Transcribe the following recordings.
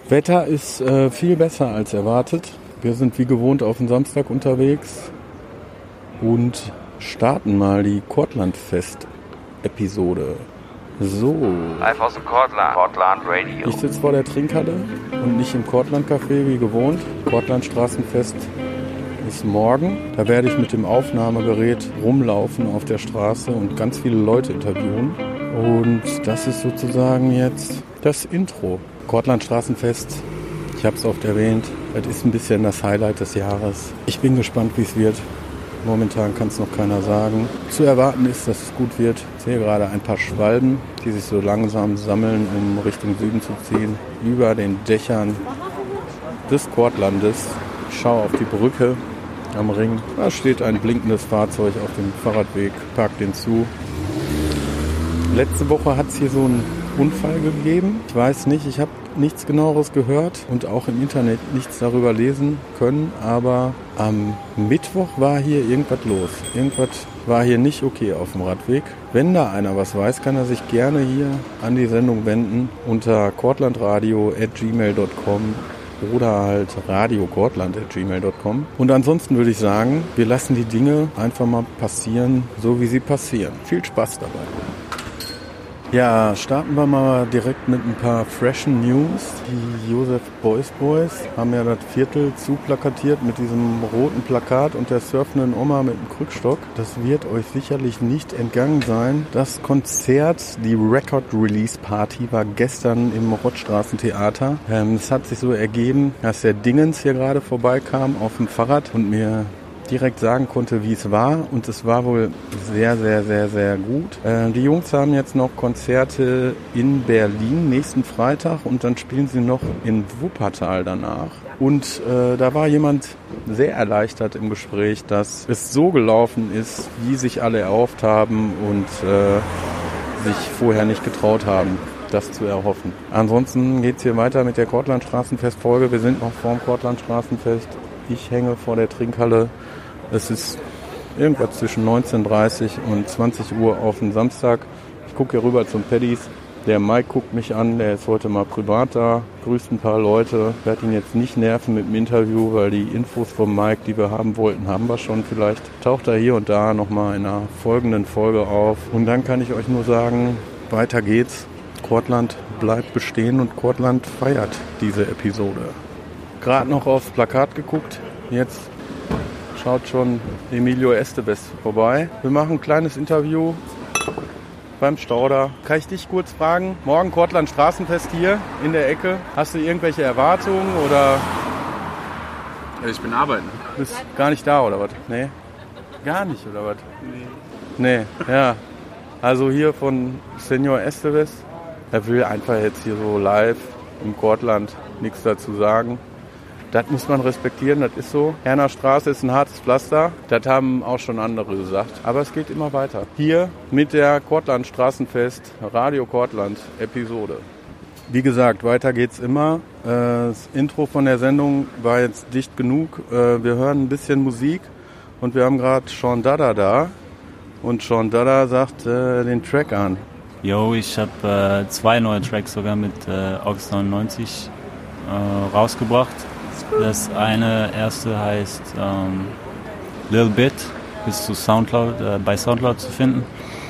Wetter ist viel besser als erwartet. Wir sind wie gewohnt auf den Samstag unterwegs und starten mal die Kortlandfest-Episode. So. Live aus dem Kortland. Kortland Radio. Ich sitze vor der Trinkhalle und nicht im Kortland-Café wie gewohnt. Kortland-Straßenfest ist morgen. Da werde ich mit dem Aufnahmegerät rumlaufen auf der Straße und ganz viele Leute interviewen. Und das ist sozusagen jetzt das Intro. Kortland-Straßenfest, ich habe es oft erwähnt, das ist ein bisschen das Highlight des Jahres. Ich bin gespannt, wie es wird. Momentan kann es noch keiner sagen. Zu erwarten ist, dass es gut wird. Ich sehe gerade ein paar Schwalben, die sich so langsam sammeln, um Richtung Süden zu ziehen. Über den Dächern des Kortlandes. Ich schaue auf die Brücke am Ring. Da steht ein blinkendes Fahrzeug auf dem Fahrradweg. Parkt den zu. Letzte Woche hat es hier so einen Unfall gegeben. Ich weiß nicht, ich habe nichts Genaueres gehört und auch im Internet nichts darüber lesen können, aber am Mittwoch war hier irgendwas los. Irgendwas war hier nicht okay auf dem Radweg. Wenn da einer was weiß, kann er sich gerne hier an die Sendung wenden unter kortlandradio@gmail.com oder halt radiokortland@gmail.com. Und ansonsten würde ich sagen, wir lassen die Dinge einfach mal passieren, so wie sie passieren. Viel Spaß dabei. Ja, starten wir mal direkt mit ein paar freshen News. Die Joseph Beuys haben ja das Viertel zuplakatiert mit diesem roten Plakat und der surfenden Oma mit dem Krückstock. Das wird euch sicherlich nicht entgangen sein. Das Konzert, die Record-Release-Party war gestern im Rottstraßentheater. Es hat sich so ergeben, dass der Dingens hier gerade vorbeikam auf dem Fahrrad und mir direkt sagen konnte, wie es war, und es war wohl sehr, sehr, sehr, sehr gut. Die Jungs haben jetzt noch Konzerte in Berlin nächsten Freitag und dann spielen sie noch in Wuppertal danach. Und da war jemand sehr erleichtert im Gespräch, dass es so gelaufen ist, wie sich alle erhofft haben und sich vorher nicht getraut haben, das zu erhoffen. Ansonsten geht es hier weiter mit der Kortland-Straßenfest-Folge. Wir sind noch vorm Kortland-Straßenfest. Ich hänge vor der Trinkhalle. Es ist irgendwas zwischen 19:30 und 20 Uhr auf den Samstag. Ich gucke hier rüber zum Paddies. Der Mike guckt mich an, der ist heute mal privat da, grüßt ein paar Leute. Ich werde ihn jetzt nicht nerven mit dem Interview, weil die Infos vom Mike, die wir haben wollten, haben wir schon. Vielleicht taucht er hier und da nochmal in einer folgenden Folge auf. Und dann kann ich euch nur sagen, weiter geht's. Kortland bleibt bestehen und Kortland feiert diese Episode. Gerade noch aufs Plakat geguckt, jetzt schaut schon Emilio Estevez vorbei. Wir machen ein kleines Interview beim Stauder. Kann ich dich kurz fragen? Morgen Kortland Straßenfest hier in der Ecke. Hast du irgendwelche Erwartungen oder? Ja, ich bin arbeiten. Bist gar nicht da oder was? Nee? Gar nicht oder was? Nee, ja. Also hier von Senior Estevez. Er will einfach jetzt hier so live im Kortland nichts dazu sagen. Das muss man respektieren, das ist so. Herner Straße ist ein hartes Pflaster, das haben auch schon andere gesagt. Aber es geht immer weiter. Hier mit der Kortland Straßenfest Radio Kortland Episode. Wie gesagt, weiter geht's immer. Das Intro von der Sendung war jetzt dicht genug. Wir hören ein bisschen Musik und wir haben gerade Sean Dada da. Und Sean Dada sagt den Track an. Yo, ich habe 2 neue Tracks sogar mit August 99 rausgebracht. Das erste heißt Little Bit, ist zu Soundcloud, bei Soundcloud zu finden.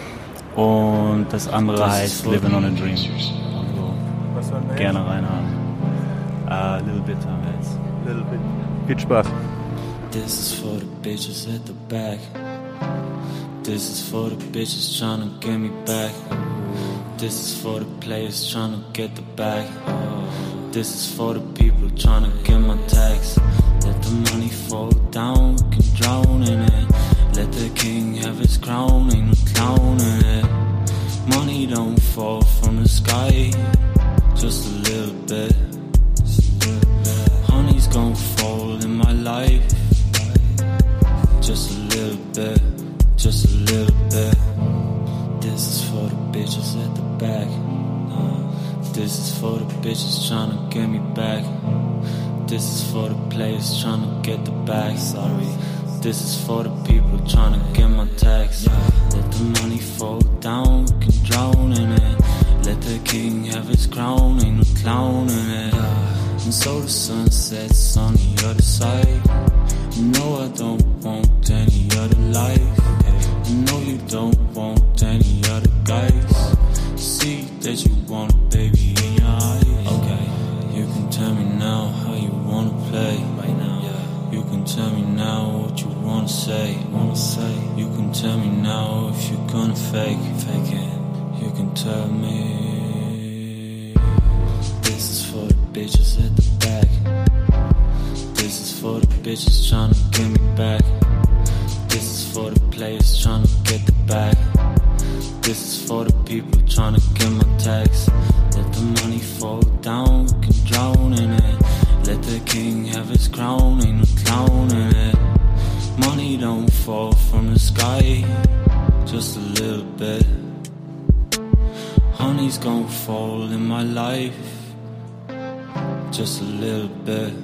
Und das andere heißt Living on a Dream. Also gerne reinhaben. Little Bit haben wir jetzt. Little Bit. Viel Spaß. This is for the bitches at the back. This is for the bitches tryna get me back. This is for the players tryna get the bag. This is for the people tryna get my tax. Let the money fall down, we can drown in it. Let the king have his crown, ain't no clown in it. Money don't fall from the sky, just a little bit. Honey's gon' fall in my life, just a little bit, just a little bit. This is for the bitches at the back. This is for the bitches tryna get me back. This is for the players tryna get the bag. Sorry. This is for the people tryna get my tax. Let the money fall down, we can drown in it. Let the king have his crown, ain't no clown in it. And so the sun sets on the other side. No, I don't want any other life. No, you don't want any other guys. See that you want a baby in your eyes. Okay, you can tell me now how you wanna play. Right now, yeah. You can tell me now what you wanna say. You can tell me now if you're gonna fake it. You can tell me. This is for the bitches at the back. This is for the bitches tryna get me back. This is for the players tryna get the bag. This is for the people tryna get my tax. Let the money fall down, we can drown in it. Let the king have his crown, ain't no clown in it. Money don't fall from the sky, just a little bit. Honey's gon' fall in my life, just a little bit.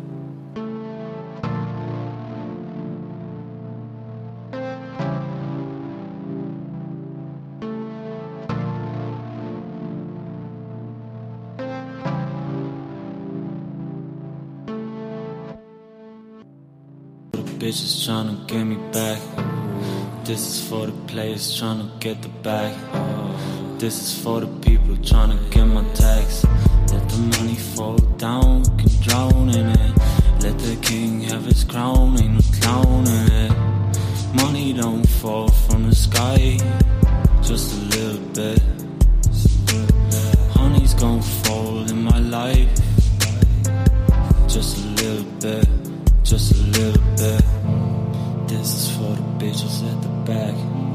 Bitches tryna get me back. This is for the players tryna get the bag. This is for the people tryna get my tax. Let the money fall down, we can drown in it. Let the king have his crown, ain't no clown in it. Money don't fall from the sky, just a little bit. Honey's gon' fall in my life, just a little bit. Just a little bit. This is for the bitches at the back.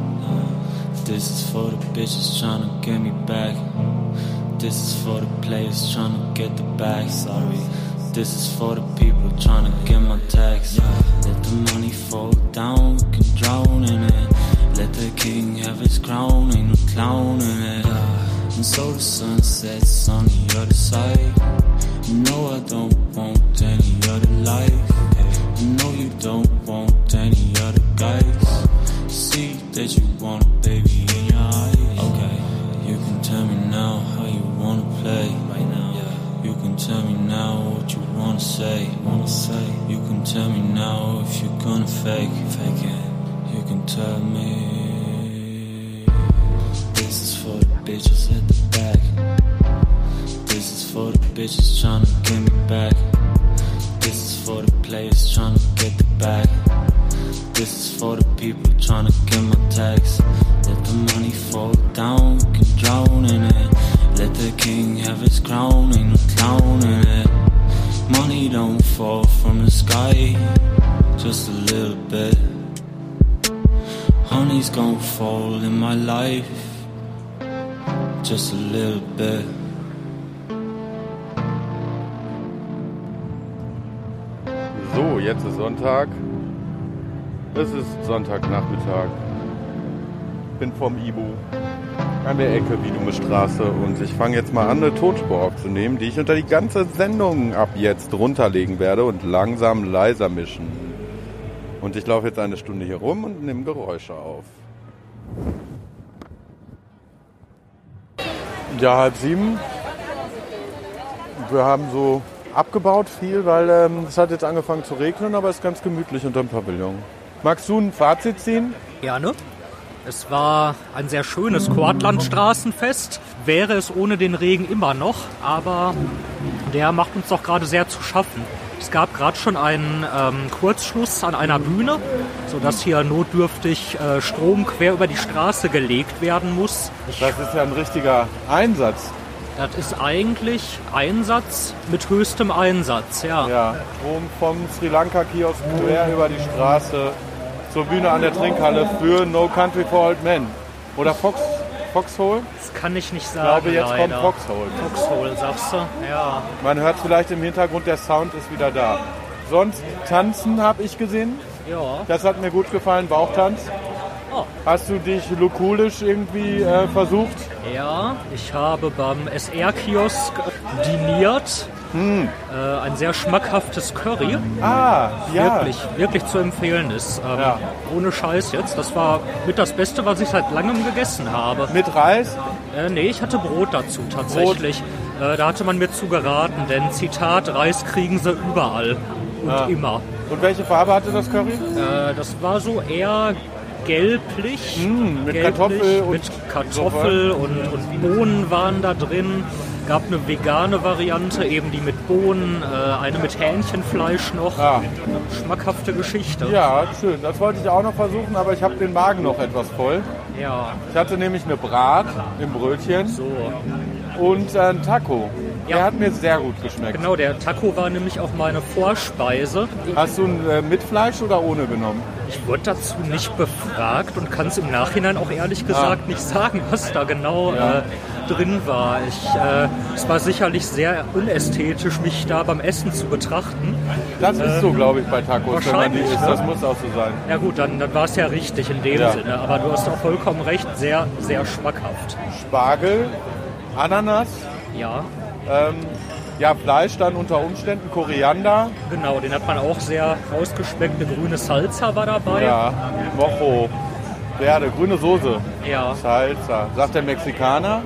This is for the bitches tryna get me back. This is for the players tryna get the bag. Sorry. This is for the people tryna get my tax. Let the money fall down, we can drown in it. Let the king have his crown, ain't no clown in it. And so the sun sets on the other side. No, I don't want any other life. No, you don't want any other guys. See that you want a baby in your eyes. Okay, you can tell me now how you wanna play. Right now, yeah. You can tell me now what you wanna say. You can tell me now if you're gonna fake it. You can tell me. This is for the bitches at the back. This is for the bitches tryna get me back. This is for the players tryna get the bag. This is for the people tryna get my tax. Let the money fall down, we can drown in it. Let the king have his crown, ain't no clown in it. Money don't fall from the sky, just a little bit. Honey's gon' fall in my life, just a little bit. So, jetzt ist Sonntag. Es ist Sonntagnachmittag. Bin vom Ibu an der Ecke Wiedume-Straße und ich fange jetzt mal an, eine Tonspur aufzunehmen, die ich unter die ganze Sendung ab jetzt runterlegen werde und langsam leiser mischen. Und ich laufe jetzt eine Stunde hier rum und nehme Geräusche auf. Ja, 6:30. Wir haben so abgebaut viel, weil es hat jetzt angefangen zu regnen, aber es ist ganz gemütlich unterm Pavillon. Magst du ein Fazit ziehen? Gerne. Es war ein sehr schönes Kortland-Straßenfest. Wäre es ohne den Regen immer noch, aber der macht uns doch gerade sehr zu schaffen. Es gab gerade schon einen Kurzschluss an einer Bühne, sodass hier notdürftig Strom quer über die Straße gelegt werden muss. Das ist ja ein richtiger Einsatz. Das ist eigentlich Einsatz mit höchstem Einsatz, ja. Ja, Strom vom Sri Lanka Kiosk quer über die Straße zur Bühne an der Trinkhalle für No Country for Old Men. Oder Foxhole? Das kann ich nicht sagen. Ich glaube, jetzt leider. kommt Foxhole. Foxhole, sagst du? Ja. Man hört vielleicht im Hintergrund, der Sound ist wieder da. Sonst tanzen habe ich gesehen. Ja. Das hat mir gut gefallen, Bauchtanz. Oh. Hast du dich lokulisch irgendwie versucht? Ja, ich habe beim SR-Kiosk diniert. Ein sehr schmackhaftes Curry. Ah, ja. Wirklich zu empfehlen ist. Ja. Ohne Scheiß jetzt. Das war mit das Beste, was ich seit langem gegessen habe. Mit Reis? Nee, ich hatte Brot dazu tatsächlich. Da hatte man mir zu geraten, denn Zitat, Reis kriegen sie überall und immer. Und welche Farbe hatte das Curry? Das war so eher gelblich. Mit gelblich, Kartoffel und mit Kartoffel und Bohnen waren da drin. Gab eine vegane Variante, eben die mit Bohnen, eine mit Hähnchenfleisch noch. Ah. Schmackhafte Geschichte. Ja, schön. Das wollte ich auch noch versuchen, aber ich habe den Magen noch etwas voll. Ja. Ich hatte nämlich eine Brat im Brötchen So. und einen Taco. Ja. Der hat mir sehr gut geschmeckt. Genau, der Taco war nämlich auch meine Vorspeise. Hast du einen mit Fleisch oder ohne genommen? Ich wurde dazu nicht befragt und kann es im Nachhinein auch ehrlich gesagt nicht sagen, was da genau drin war. Es war sicherlich sehr unästhetisch, mich da beim Essen zu betrachten. Das ist so, glaube ich, bei Tacos, wenn man die wahrscheinlich, isst. ne? Das muss auch so sein. Ja gut, dann war es ja richtig in dem Sinne. Aber du hast auch vollkommen recht, sehr, sehr schmackhaft. Spargel, Ananas, Ja, Fleisch dann unter Umständen, Koriander, genau, den hat man auch sehr rausgeschmeckt. Eine grüne Salsa war dabei. ja, Mojo, Verde, grüne Soße, Ja. Salsa, sagt der Mexikaner.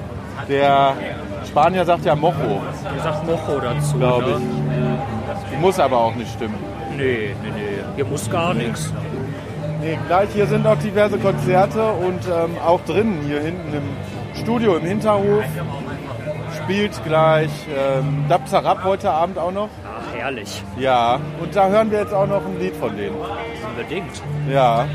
Der Spanier sagt ja Mojo, Ihr sagt Mojo dazu. glaube ne? ich. Muss aber auch nicht stimmen. Nee. Hier muss gar nichts. Nee, gleich hier sind auch diverse Konzerte und auch drinnen hier hinten im Studio im Hinterhof spielt gleich Dabzarab heute Abend auch noch. Ach, herrlich. Ja, und da hören wir jetzt auch noch ein Lied von denen. Unbedingt. Ja.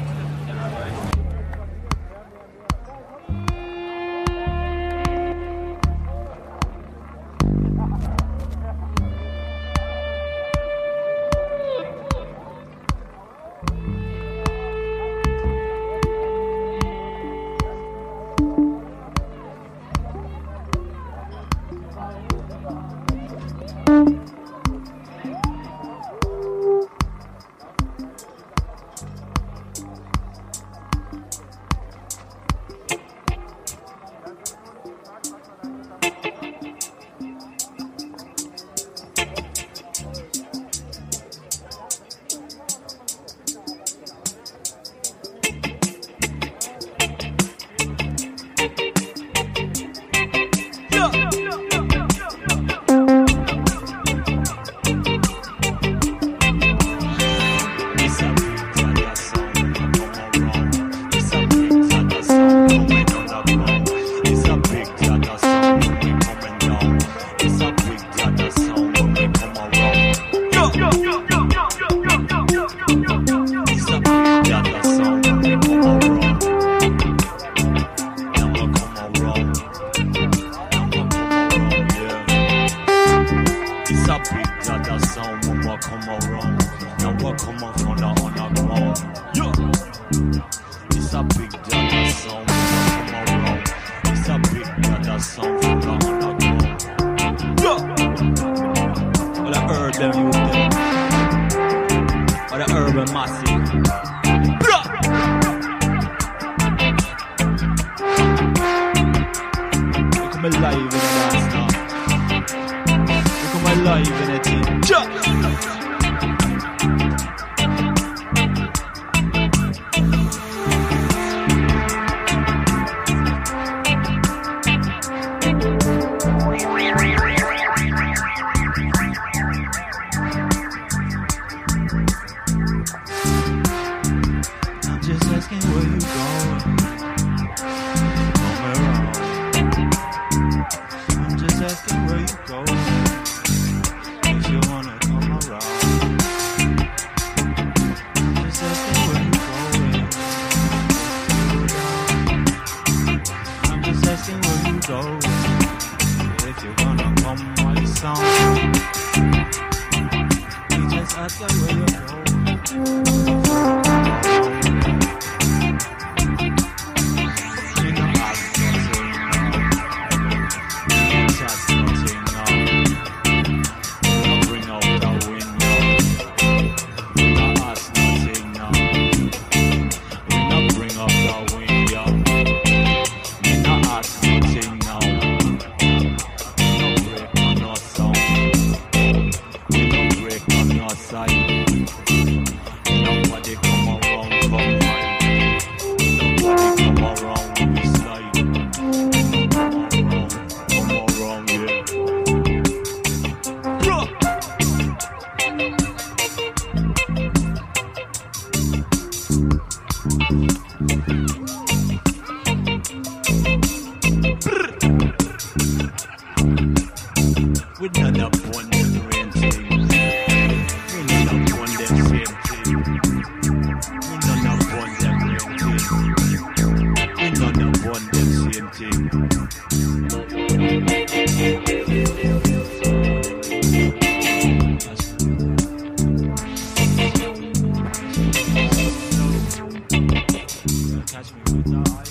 Side. We none up on them grand thing. We none up on them same thing. We none up on them grand thing. We none up on them same thing. Catch me with the eye.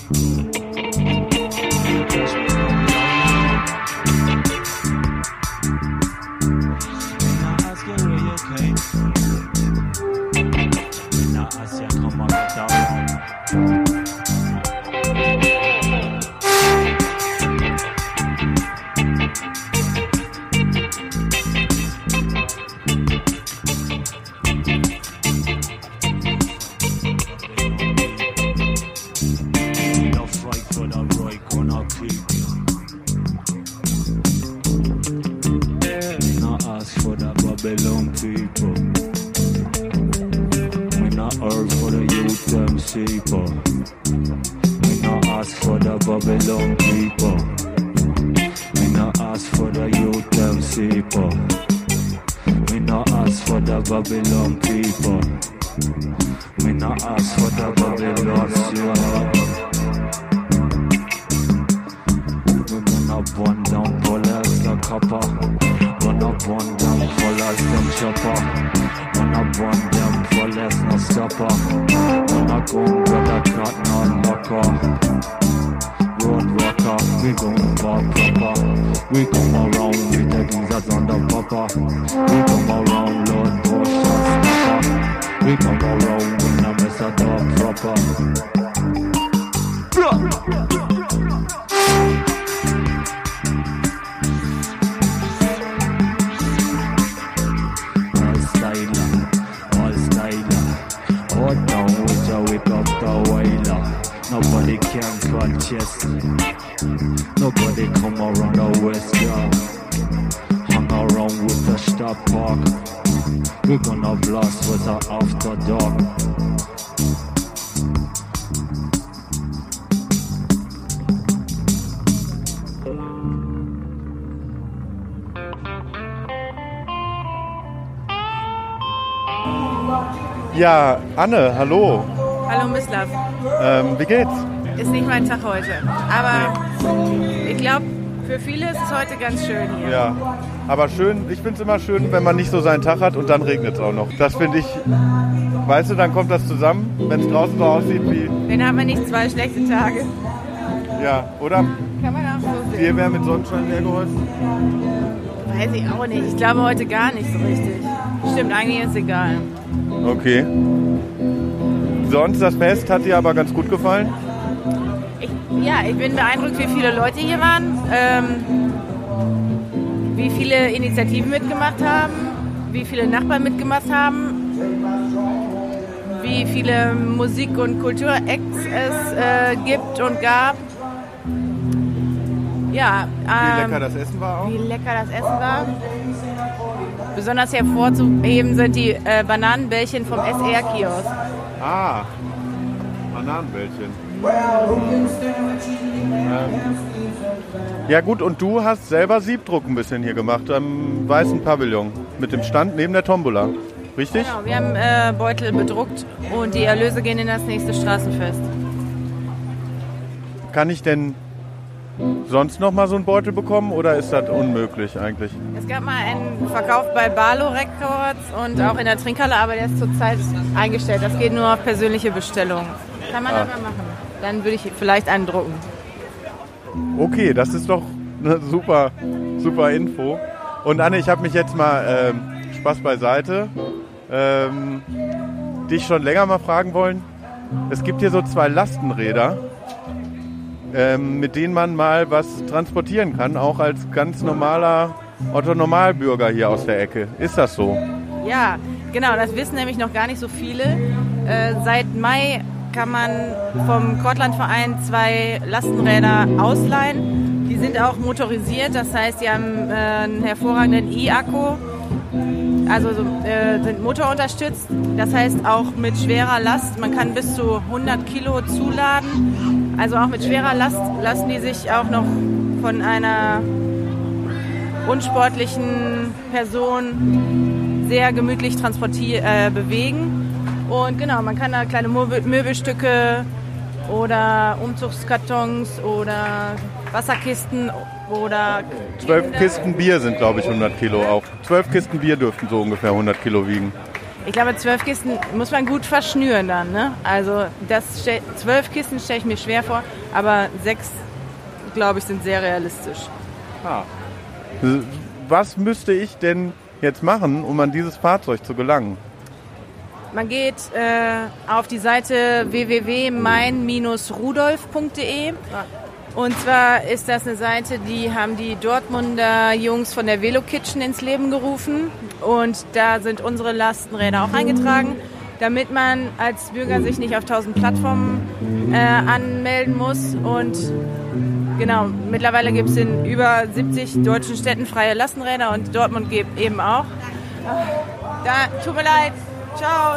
Ja, Anne, hallo. Hallo Mislav. Wie geht's? Ist nicht mein Tag heute. Aber ich glaube, für viele ist es heute ganz schön hier. Ja, aber schön, ich finde es immer schön, wenn man nicht so seinen Tag hat und dann regnet es auch noch. Das finde ich, weißt du, dann kommt das zusammen, wenn es draußen so aussieht wie... Dann haben wir nicht 2 schlechte Tage. Ja, oder? Kann man auch so sehen. Dir wäre mit Sonnenschein mehr geholfen? Weiß ich auch nicht. Ich glaube heute gar nicht so richtig. Stimmt, eigentlich ist es egal. Okay. Sonst, das Fest hat dir aber ganz gut gefallen? Ich bin beeindruckt, wie viele Leute hier waren, wie viele Initiativen mitgemacht haben, wie viele Nachbarn mitgemacht haben, wie viele Musik- und Kulturacts es gibt und gab. Ja, wie lecker das Essen war auch? Wie lecker das Essen war. Besonders hervorzuheben sind die Bananenbällchen vom SR-Kiosk. Ah, Bananenbällchen. Ja gut, und du hast selber Siebdruck ein bisschen hier gemacht, am weißen Pavillon mit dem Stand neben der Tombola, richtig? Genau, wir haben Beutel bedruckt und die Erlöse gehen in das nächste Straßenfest. Kann ich denn sonst noch mal so einen Beutel bekommen oder ist das unmöglich eigentlich? Es gab mal einen Verkauf bei Barlow Records und auch in der Trinkhalle, aber der ist zurzeit eingestellt. Das geht nur auf persönliche Bestellung. Kann man aber machen. Dann würde ich vielleicht einen drucken. Okay, das ist doch eine super, super Info. Und Anne, ich habe mich jetzt mal, Spaß beiseite, dich schon länger mal fragen wollen. Es gibt hier so 2 Lastenräder, mit denen man mal was transportieren kann, auch als ganz normaler Otto-Normalbürger hier aus der Ecke. Ist das so? Ja, genau, das wissen nämlich noch gar nicht so viele. Seit Mai kann man vom Cortland-Verein 2 Lastenräder ausleihen. Die sind auch motorisiert, das heißt, die haben einen hervorragenden E-Akku, also sind motorunterstützt. Das heißt auch mit schwerer Last, man kann bis zu 100 Kilo zuladen. Also auch mit schwerer Last lassen die sich auch noch von einer unsportlichen Person sehr gemütlich bewegen. Und genau, man kann da kleine Möbelstücke oder Umzugskartons oder Wasserkisten oder... 12 Kisten Bier sind, glaube ich, 100 Kilo auch. 12 Kisten Bier dürften so ungefähr 100 Kilo wiegen. Ich glaube, 12 Kisten muss man gut verschnüren dann, ne? Also 12 Kisten stelle ich mir schwer vor, aber 6, glaube ich, sind sehr realistisch. Ah. Was müsste ich denn jetzt machen, um an dieses Fahrzeug zu gelangen? Man geht auf die Seite www.mein-rudolf.de. Und zwar ist das eine Seite, die haben die Dortmunder Jungs von der Velo Kitchen ins Leben gerufen. Und da sind unsere Lastenräder auch eingetragen, damit man als Bürger sich nicht auf 1000 Plattformen anmelden muss. Und genau, mittlerweile gibt es in über 70 deutschen Städten freie Lastenräder und Dortmund gibt eben auch. Tut mir leid. Ciao.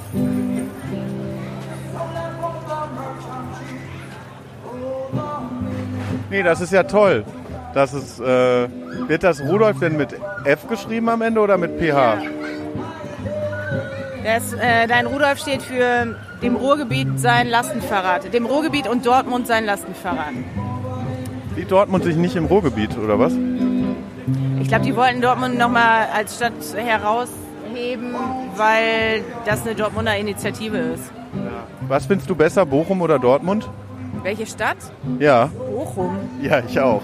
Nee, das ist ja toll. Das ist, wird das Rudolf denn mit F geschrieben am Ende oder mit PH? Ja. Dein Rudolf steht für dem Ruhrgebiet sein Lastenfahrrad. Dem Ruhrgebiet und Dortmund sein Lastenfahrrad. Wie Dortmund sich nicht im Ruhrgebiet, oder was? Ich glaube, die wollten Dortmund nochmal als Stadt herausheben, weil das eine Dortmunder Initiative ist. Was findest du besser, Bochum oder Dortmund? Welche Stadt? Ja. Bochum. Ja, ich auch.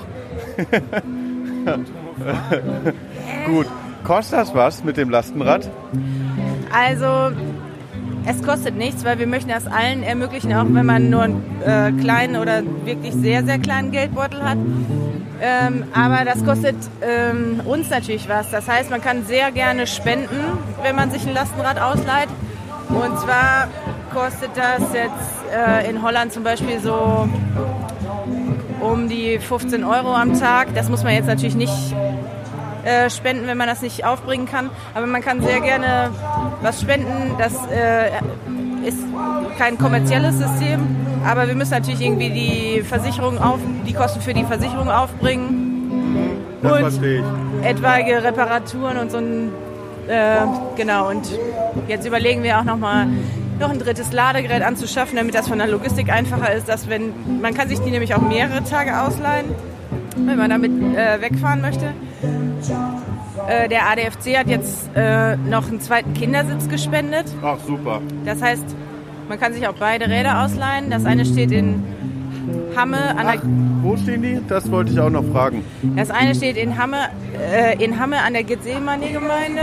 Gut. Kostet das was mit dem Lastenrad? Also, es kostet nichts, weil wir möchten das allen ermöglichen, auch wenn man nur einen kleinen oder wirklich sehr, sehr kleinen Geldbeutel hat. Aber das kostet uns natürlich was. Das heißt, man kann sehr gerne spenden, wenn man sich ein Lastenrad ausleiht. Und zwar kostet das jetzt in Holland zum Beispiel so um die 15 € am Tag. Das muss man jetzt natürlich nicht spenden, wenn man das nicht aufbringen kann. Aber man kann sehr gerne was spenden. Das ist kein kommerzielles System. Aber wir müssen natürlich irgendwie die Kosten für die Versicherung aufbringen. Das verstehe ich. Etwaige Reparaturen und so ein genau. Und jetzt überlegen wir auch noch ein drittes Ladegerät anzuschaffen, damit das von der Logistik einfacher ist. Man kann sich die nämlich auch mehrere Tage ausleihen, wenn man damit wegfahren möchte. Der ADFC hat jetzt noch einen zweiten Kindersitz gespendet. Ach, super. Das heißt, man kann sich auch beide Räder ausleihen. Das eine steht in Hamme. Wo stehen die? Das wollte ich auch noch fragen. Das eine steht in Hamme an der Gethsemane-Gemeinde.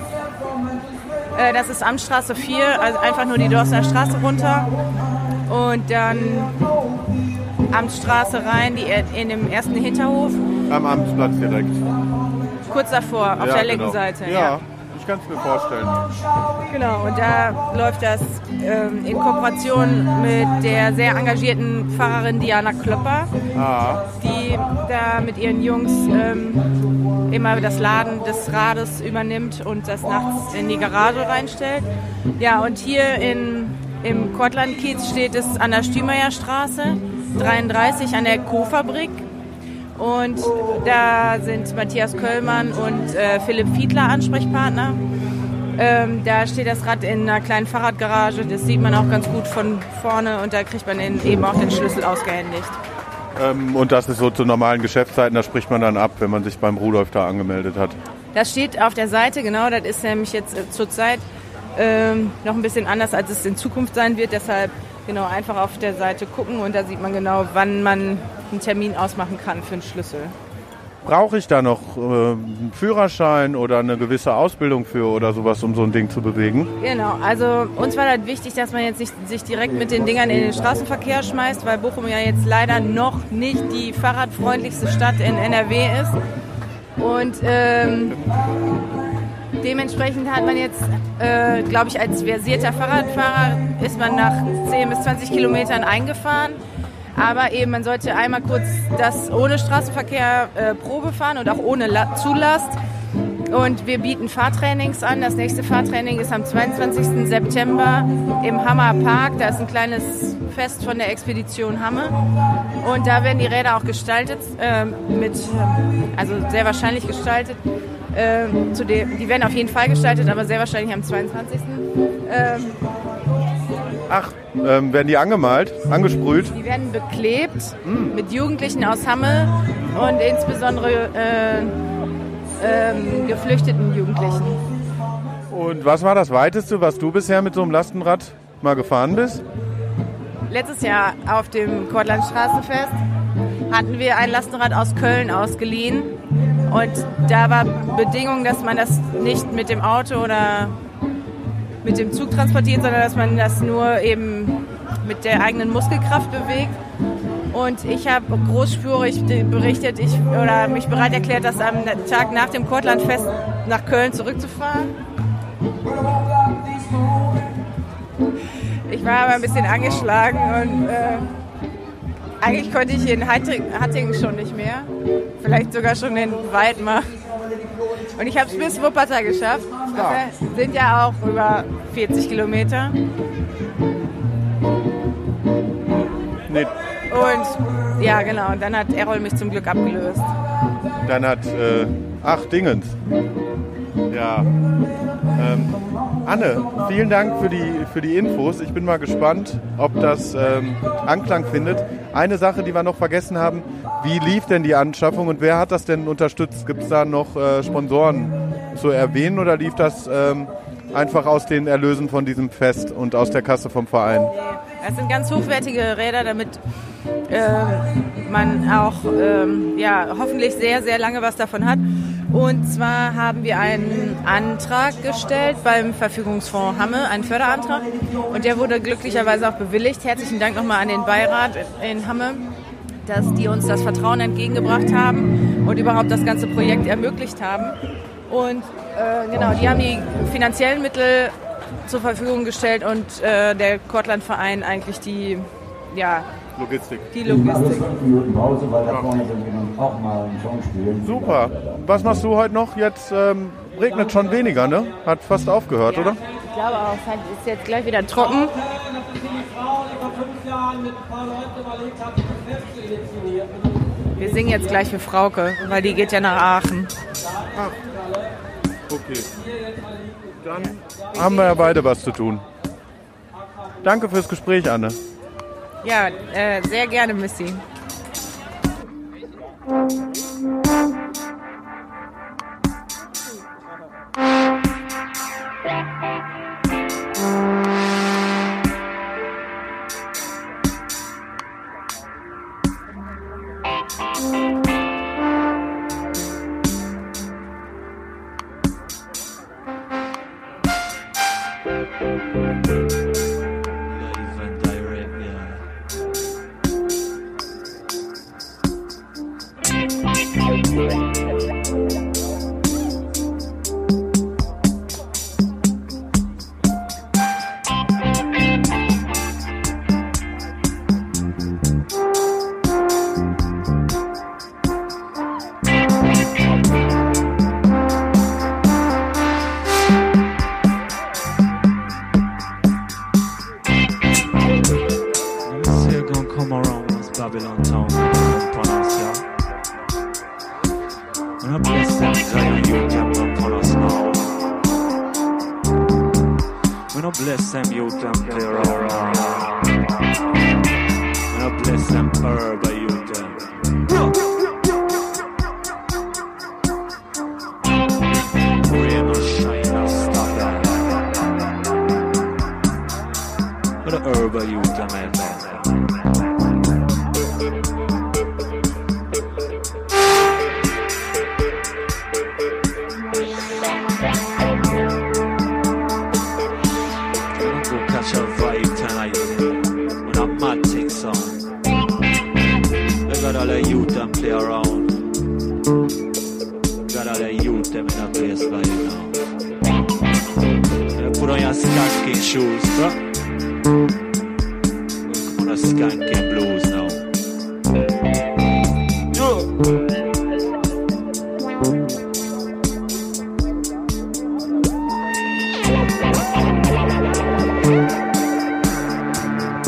Das ist Amtsstraße 4, also einfach nur die Dorstener Straße runter. Und dann Amtsstraße rein, in dem ersten Hinterhof. Am Amtsplatz direkt. Kurz davor, auf der linken Seite. Ja, ich kann es mir vorstellen. Genau, und da läuft das in Kooperation mit der sehr engagierten Pfarrerin Diana Klopper, die da mit ihren Jungs immer das Laden des Rades übernimmt und das nachts in die Garage reinstellt. Ja, und hier im Kortland-Kiez steht es an der Stümeyer-Straße 33 an der Co-Fabrik. Und da sind Matthias Köllmann und Philipp Fiedler Ansprechpartner. Da steht das Rad in einer kleinen Fahrradgarage. Das sieht man auch ganz gut von vorne und da kriegt man eben auch den Schlüssel ausgehändigt. Und das ist so zu normalen Geschäftszeiten, da spricht man dann ab, wenn man sich beim Rudolf da angemeldet hat. Das steht auf der Seite, genau. Das ist nämlich jetzt zurzeit noch ein bisschen anders, als es in Zukunft sein wird. Deshalb genau einfach auf der Seite gucken und da sieht man genau, wann man einen Termin ausmachen kann für einen Schlüssel. Brauche ich da noch einen Führerschein oder eine gewisse Ausbildung für oder sowas, um so ein Ding zu bewegen? Genau, also uns war das wichtig, dass man jetzt nicht sich direkt mit den Dingern in den Straßenverkehr schmeißt, weil Bochum ja jetzt leider noch nicht die fahrradfreundlichste Stadt in NRW ist. Und dementsprechend hat man jetzt, glaube ich, als versierter Fahrradfahrer ist man nach 10 bis 20 Kilometern eingefahren. Aber eben, man sollte einmal kurz das ohne Straßenverkehr Probe fahren und auch ohne Zulast. Und wir bieten Fahrtrainings an. Das nächste Fahrtraining ist am 22. September im Hammer Park. Da ist ein kleines Fest von der Expedition Hamme. Und da werden die Räder auch gestaltet, also sehr wahrscheinlich gestaltet. Die werden auf jeden Fall gestaltet, aber sehr wahrscheinlich am 22. Werden die angemalt, angesprüht? Die werden beklebt mit Jugendlichen aus Hamme und insbesondere geflüchteten Jugendlichen. Und was war das Weiteste, was du bisher mit so einem Lastenrad mal gefahren bist? Letztes Jahr auf dem Kortland Straßenfest hatten wir ein Lastenrad aus Köln ausgeliehen. Und da war Bedingung, dass man das nicht mit dem Auto oder mit dem Zug transportiert, sondern dass man das nur eben mit der eigenen Muskelkraft bewegt. Und ich habe großspurig berichtet, mich bereit erklärt, das am Tag nach dem Kortlandfest nach Köln zurückzufahren. Ich war aber ein bisschen angeschlagen und eigentlich konnte ich in Hattingen schon nicht mehr. Vielleicht sogar schon in Weidmar. Und ich habe es bis Wuppertal geschafft. Das sind ja auch über 40 Kilometer. Nee. Und ja, genau. Und dann hat Errol mich zum Glück abgelöst. Dann hat, Dingens. Ja. Anne, vielen Dank für die Infos. Ich bin mal gespannt, ob das Anklang findet. Eine Sache, die wir noch vergessen haben, wie lief denn die Anschaffung und wer hat das denn unterstützt? Gibt es da noch Sponsoren zu erwähnen oder lief das einfach aus den Erlösen von diesem Fest und aus der Kasse vom Verein? Das sind ganz hochwertige Räder, damit man auch hoffentlich sehr, sehr lange was davon hat. Und zwar haben wir einen Antrag gestellt beim Verfügungsfonds Hamme, einen Förderantrag. Und der wurde glücklicherweise auch bewilligt. Herzlichen Dank nochmal an den Beirat in Hamme, dass die uns das Vertrauen entgegengebracht haben und überhaupt das ganze Projekt ermöglicht haben. Und die haben die finanziellen Mittel zur Verfügung gestellt und der Kortlandverein eigentlich die Logistik. Super. Was machst du heute noch? Jetzt regnet schon weniger, ne? Hat fast aufgehört, oder? Ich glaube auch, es ist jetzt gleich wieder trocken. Wir singen jetzt gleich für Frauke, weil die geht ja nach Aachen. Ach. Okay. Dann haben wir ja beide was zu tun. Danke fürs Gespräch, Anne. Ja, sehr gerne, Missy.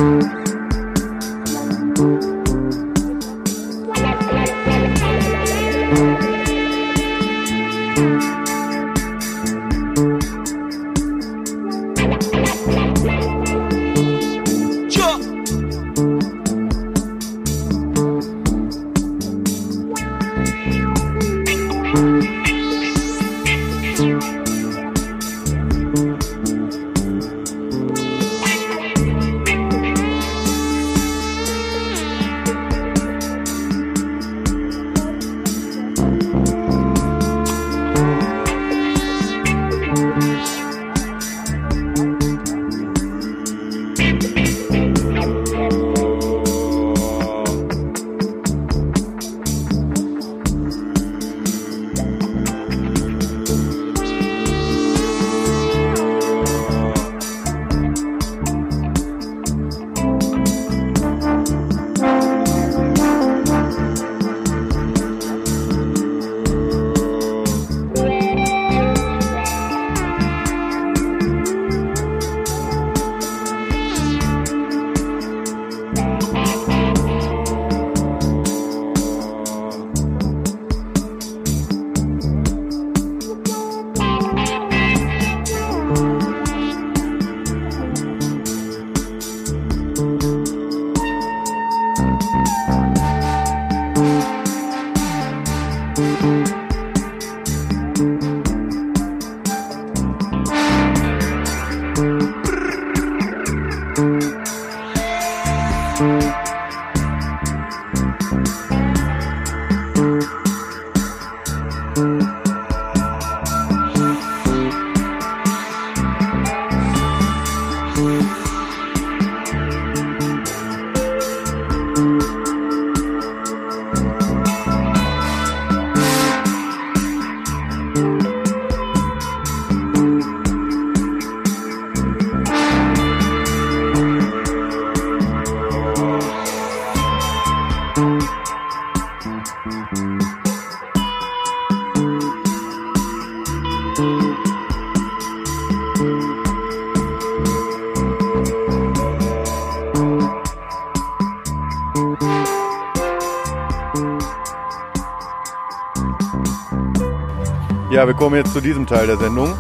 Ja, wir kommen jetzt zu diesem Teil der Sendung.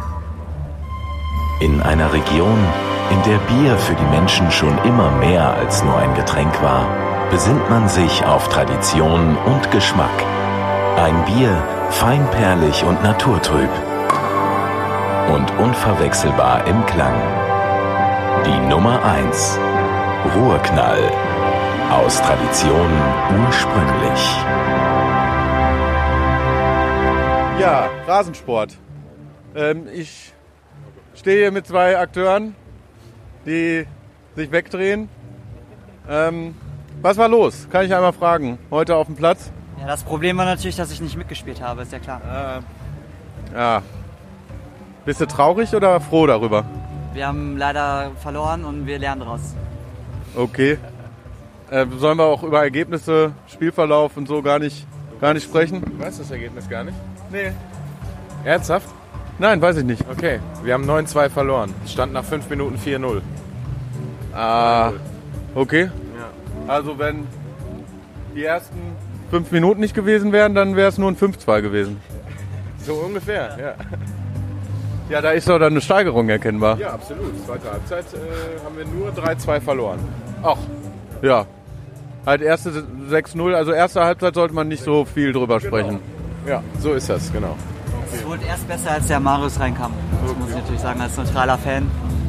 In einer Region, in der Bier für die Menschen schon immer mehr als nur ein Getränk war, besinnt man sich auf Tradition und Geschmack. Ein Bier, feinperlig und naturtrüb und unverwechselbar im Klang. Die Nummer 1, Ruhrknall, aus Tradition ursprünglich. Ja, Rasensport. Ich stehe hier mit zwei Akteuren, die sich wegdrehen. Was war los? Kann ich einmal fragen, heute auf dem Platz? Ja, das Problem war natürlich, dass ich nicht mitgespielt habe, ist ja klar. Ja. Bist du traurig oder froh darüber? Wir haben leider verloren und wir lernen daraus. Okay. Sollen wir auch über Ergebnisse, Spielverlauf und so gar nicht sprechen? Du weißt das Ergebnis gar nicht? Nee. Ernsthaft? Nein, weiß ich nicht. Okay, wir haben 9-2 verloren. Es stand nach 5 Minuten 4-0. Okay. Ja. Also wenn die ersten 5 Minuten nicht gewesen wären, dann wäre es nur ein 5-2 gewesen. So ungefähr, ja. Ja, da ist doch dann eine Steigerung erkennbar. Ja, absolut. Zweite Halbzeit haben wir nur 3-2 verloren. Ach, ja. Halt erste 6-0, also erste Halbzeit sollte man nicht so viel drüber sprechen. Ja, so ist das, genau. Es wurde erst besser, als der Marius reinkam. Das muss ich natürlich sagen, als neutraler Fan.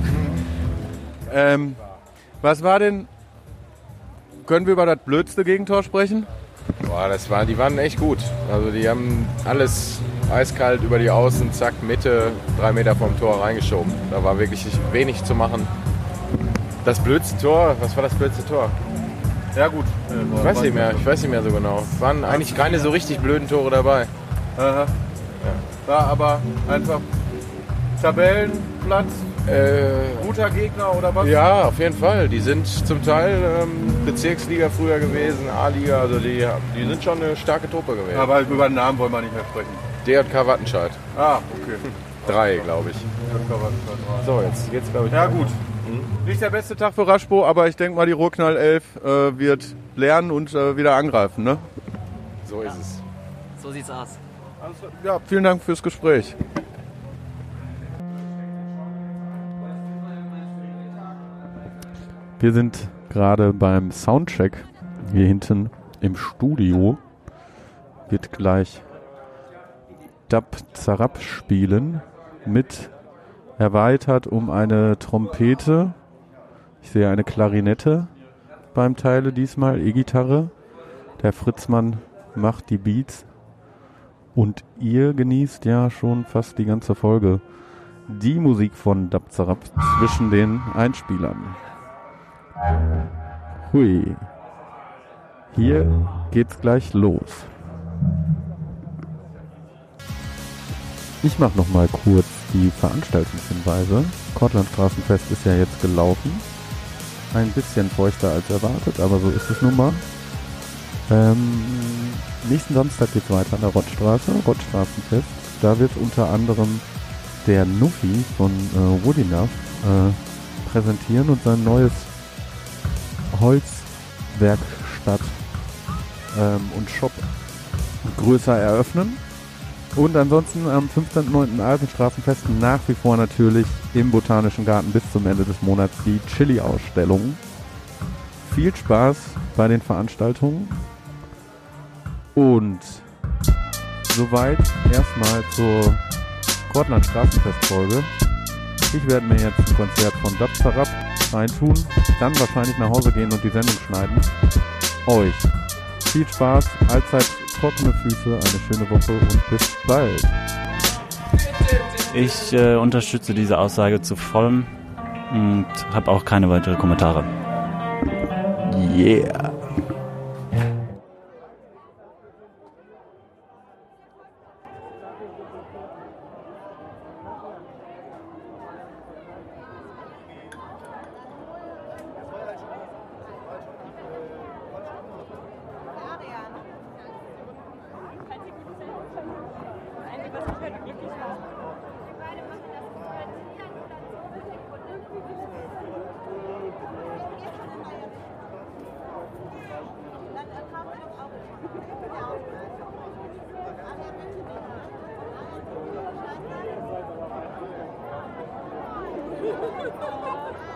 Was war denn, können wir über das blödste Gegentor sprechen? Boah, die waren echt gut. Also die haben alles eiskalt über die Außen, zack, Mitte, 3 Meter vom Tor reingeschoben. Da war wirklich wenig zu machen. Das blödste Tor, was war das blödste Tor? Ja gut. Ich weiß nicht mehr so genau. Es waren eigentlich keine so richtig blöden Tore dabei. Aha. War aber einfach Tabellenplatz, guter Gegner oder was? Ja, auf jeden Fall. Die sind zum Teil Bezirksliga früher gewesen, A-Liga, also die sind schon eine starke Truppe gewesen. Aber über den Namen wollen wir nicht mehr sprechen. DJK Wattenscheid. Ah, okay. 3, glaube ich. DJK Wattenscheid 3. So, jetzt geht's, glaube ich. Ja gut. Nicht der beste Tag für Raschbo, aber ich denke mal, die Ruhrknall 11 wird lernen und wieder angreifen, ne? So ist es. So sieht's aus. Also, ja, vielen Dank fürs Gespräch. Wir sind gerade beim Soundcheck hier hinten im Studio. Wird gleich Dab Zarab spielen mit erweitert um eine Trompete. Ich sehe eine Klarinette beim Teile diesmal, E-Gitarre. Der Fritzmann macht die Beats und ihr genießt ja schon fast die ganze Folge die Musik von Dab Zarab zwischen den Einspielern. Hui. Hier geht's gleich los. Ich mache noch mal kurz die Veranstaltungshinweise. Kortlandstraßenfest ist ja jetzt gelaufen. Ein bisschen feuchter als erwartet, aber so ist es nun mal. Nächsten Samstag geht's weiter an der Rottstraße, Rottstraßenfest. Da wird unter anderem der Nuffi von Woodinaf präsentieren und sein neues Holzwerkstatt und Shop größer eröffnen. Und ansonsten am 15.09. Alpenstraßenfest nach wie vor natürlich im Botanischen Garten bis zum Ende des Monats die Chili-Ausstellung. Viel Spaß bei den Veranstaltungen. Und soweit erstmal zur Kortland-Straßenfest-Folge. Ich werde mir jetzt ein Konzert von Dab Zarab reintun, dann wahrscheinlich nach Hause gehen und die Sendung schneiden. Euch viel Spaß, allzeit trockene Füße, eine schöne Woche und bis bald. Ich unterstütze diese Aussage zu vollem und habe auch keine weiteren Kommentare. Yeah. Ha ha ha!